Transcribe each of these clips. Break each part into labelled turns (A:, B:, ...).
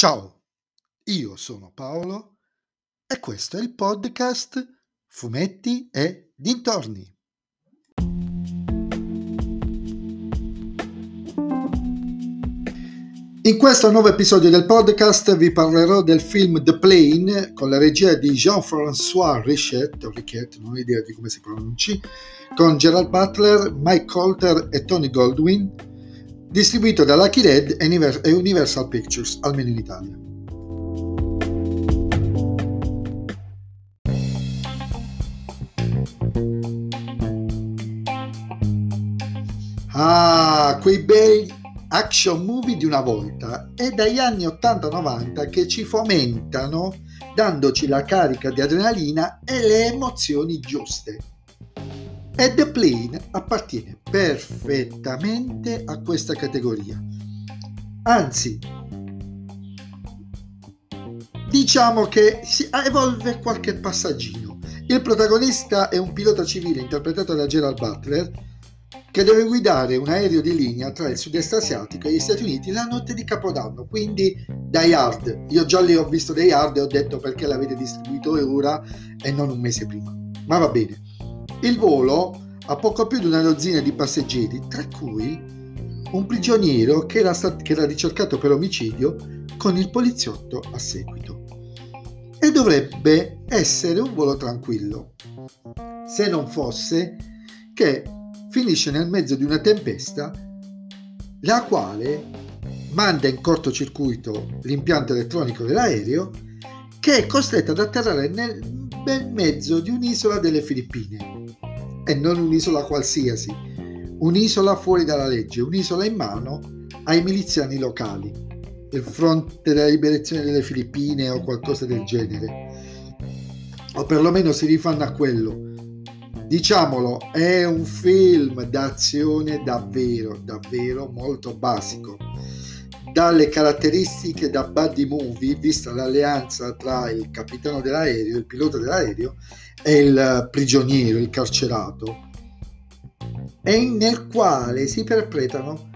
A: Ciao, io sono Paolo e questo è il podcast Fumetti e Dintorni. In questo nuovo episodio del podcast vi parlerò del film The Plane con la regia di Jean-François Richet, non ho idea di come si pronunci, con Gerald Butler, Mike Colter e Tony Goldwyn, distribuito da Lucky Red e Universal Pictures, almeno in Italia. Quei bei action movie di una volta, è dagli anni 80-90 che ci fomentano dandoci la carica di adrenalina e le emozioni giuste. E The Plane appartiene perfettamente a questa categoria. Anzi, diciamo che si evolve qualche passaggino. Il protagonista è un pilota civile interpretato da Gerald Butler che deve guidare un aereo di linea tra il sud-est asiatico e gli Stati Uniti la notte di Capodanno, quindi Die Hard. Io già lì ho visto Die Hard e ho detto perché l'avete distribuito ora e non un mese prima. Ma va bene. Il volo ha poco più di una dozzina di passeggeri, tra cui un prigioniero che era ricercato per omicidio con il poliziotto a seguito. E dovrebbe essere un volo tranquillo, se non fosse che finisce nel mezzo di una tempesta, la quale manda in cortocircuito l'impianto elettronico dell'aereo, che è costretto ad atterrare nel bel mezzo di un'isola delle Filippine, e non un'isola qualsiasi, un'isola fuori dalla legge, un'isola in mano ai miliziani locali, il Fronte della Liberazione delle Filippine o qualcosa del genere, o perlomeno si rifanno a quello. Diciamolo, è un film d'azione davvero molto basico, dalle caratteristiche da buddy movie, vista l'alleanza tra il capitano dell'aereo, il pilota dell'aereo e il prigioniero, il carcerato, e nel quale si perpetrano,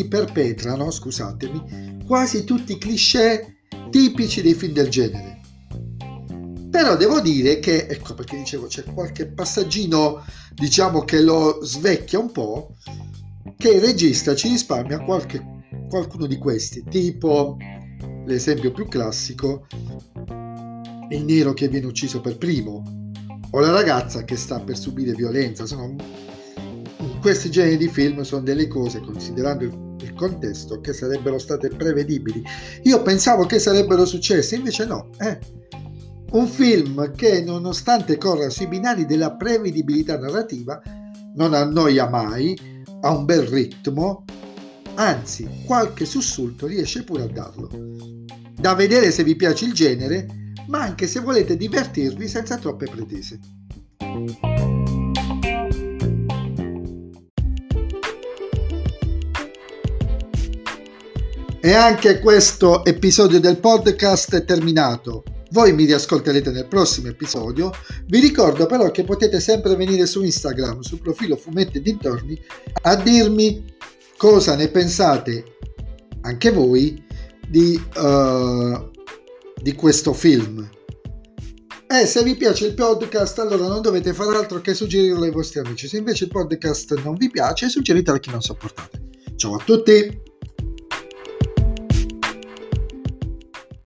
A: quasi tutti i cliché tipici dei film del genere. Però devo dire che, ecco perché dicevo, c'è qualche passaggino, diciamo, che lo svecchia un po', che il regista ci risparmia qualcuno di questi, tipo l'esempio più classico, il nero che viene ucciso per primo, o la ragazza che sta per subire violenza. Questi generi di film sono delle cose, considerando il contesto, che sarebbero state prevedibili. Io pensavo che sarebbero successe, invece no, Un film che, nonostante corra sui binari della prevedibilità narrativa, non annoia mai, ha un bel ritmo, anzi qualche sussulto riesce pure a darlo. Da vedere se vi piace il genere, ma anche se volete divertirvi senza troppe pretese. E anche questo episodio del podcast è terminato. Voi mi riascolterete nel prossimo episodio. Vi ricordo però che potete sempre venire su Instagram, sul profilo Fumetti e Dintorni, a dirmi cosa ne pensate anche voi di questo film. E se vi piace il podcast, allora non dovete fare altro che suggerirlo ai vostri amici. Se invece il podcast non vi piace, suggeritelo a chi non sopportate. Ciao a tutti!